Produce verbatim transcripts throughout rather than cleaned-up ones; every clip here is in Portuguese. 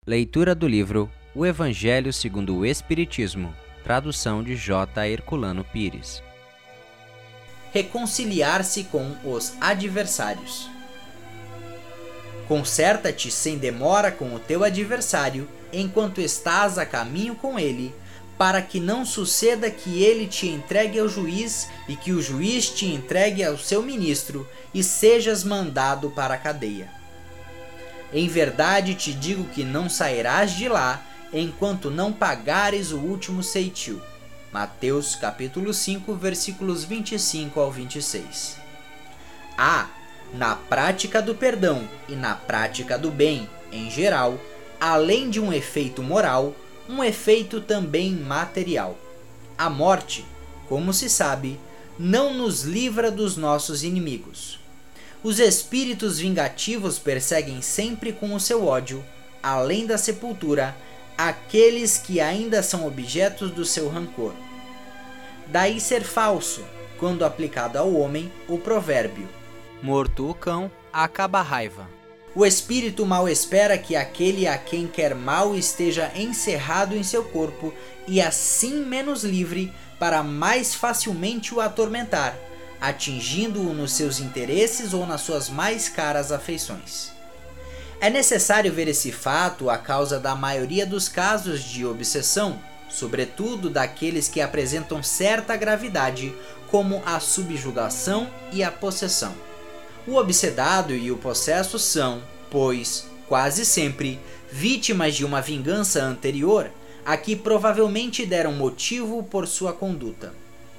Leitura do livro O Evangelho segundo o Espiritismo, tradução de J. Herculano Pires. Reconciliar-se com os adversários. Concerta-te sem demora com o teu adversário, enquanto estás a caminho com ele, para que não suceda que ele te entregue ao juiz e que o juiz te entregue ao seu ministro e sejas mandado para a cadeia. Em verdade te digo que não sairás de lá enquanto não pagares o último ceitil. Mateus capítulo cinco, versículos vinte e cinco ao vinte e seis. Há, na prática do perdão e na prática do bem, em geral, além de um efeito moral, um efeito também material. A morte, como se sabe, não nos livra dos nossos inimigos. Os espíritos vingativos perseguem sempre com o seu ódio, além da sepultura, aqueles que ainda são objetos do seu rancor. Daí ser falso, quando aplicado ao homem, o provérbio: morto o cão, acaba a raiva. O espírito mal espera que aquele a quem quer mal esteja encerrado em seu corpo e assim menos livre para mais facilmente o atormentar, atingindo-o nos seus interesses ou nas suas mais caras afeições. É necessário ver esse fato a causa da maioria dos casos de obsessão, sobretudo daqueles que apresentam certa gravidade, como a subjugação e a possessão. O obsedado e o possesso são, pois, quase sempre, vítimas de uma vingança anterior, a que provavelmente deram motivo por sua conduta.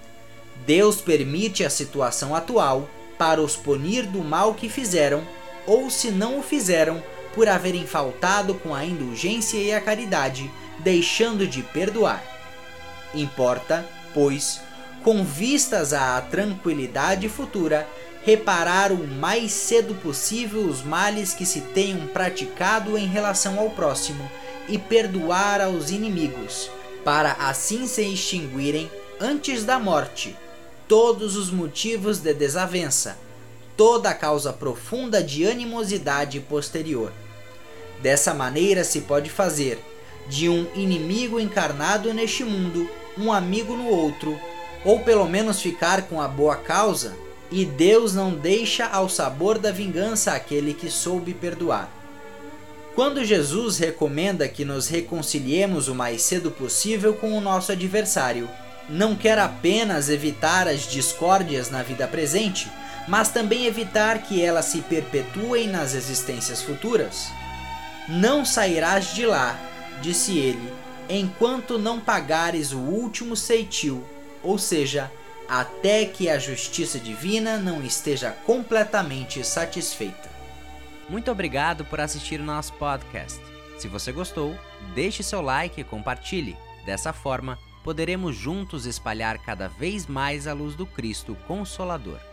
Deus permite a situação atual para os punir do mal que fizeram, ou se não o fizeram, por haverem faltado com a indulgência e a caridade, deixando de perdoar. Importa, pois, com vistas à tranquilidade futura, reparar o mais cedo possível os males que se tenham praticado em relação ao próximo e perdoar aos inimigos, para assim se extinguirem, antes da morte, todos os motivos de desavença, toda a causa profunda de animosidade posterior. Dessa maneira se pode fazer, de um inimigo encarnado neste mundo, um amigo no outro, ou pelo menos ficar com a boa causa, e Deus não deixa ao sabor da vingança aquele que soube perdoar. Quando Jesus recomenda que nos reconciliemos o mais cedo possível com o nosso adversário, não quer apenas evitar as discórdias na vida presente, mas também evitar que elas se perpetuem nas existências futuras. Não sairás de lá, disse ele, enquanto não pagares o último ceitil, ou seja, até que a justiça divina não esteja completamente satisfeita. Muito obrigado por assistir o nosso podcast. Se você gostou, deixe seu like e compartilhe. Dessa forma, poderemos juntos espalhar cada vez mais a luz do Cristo Consolador.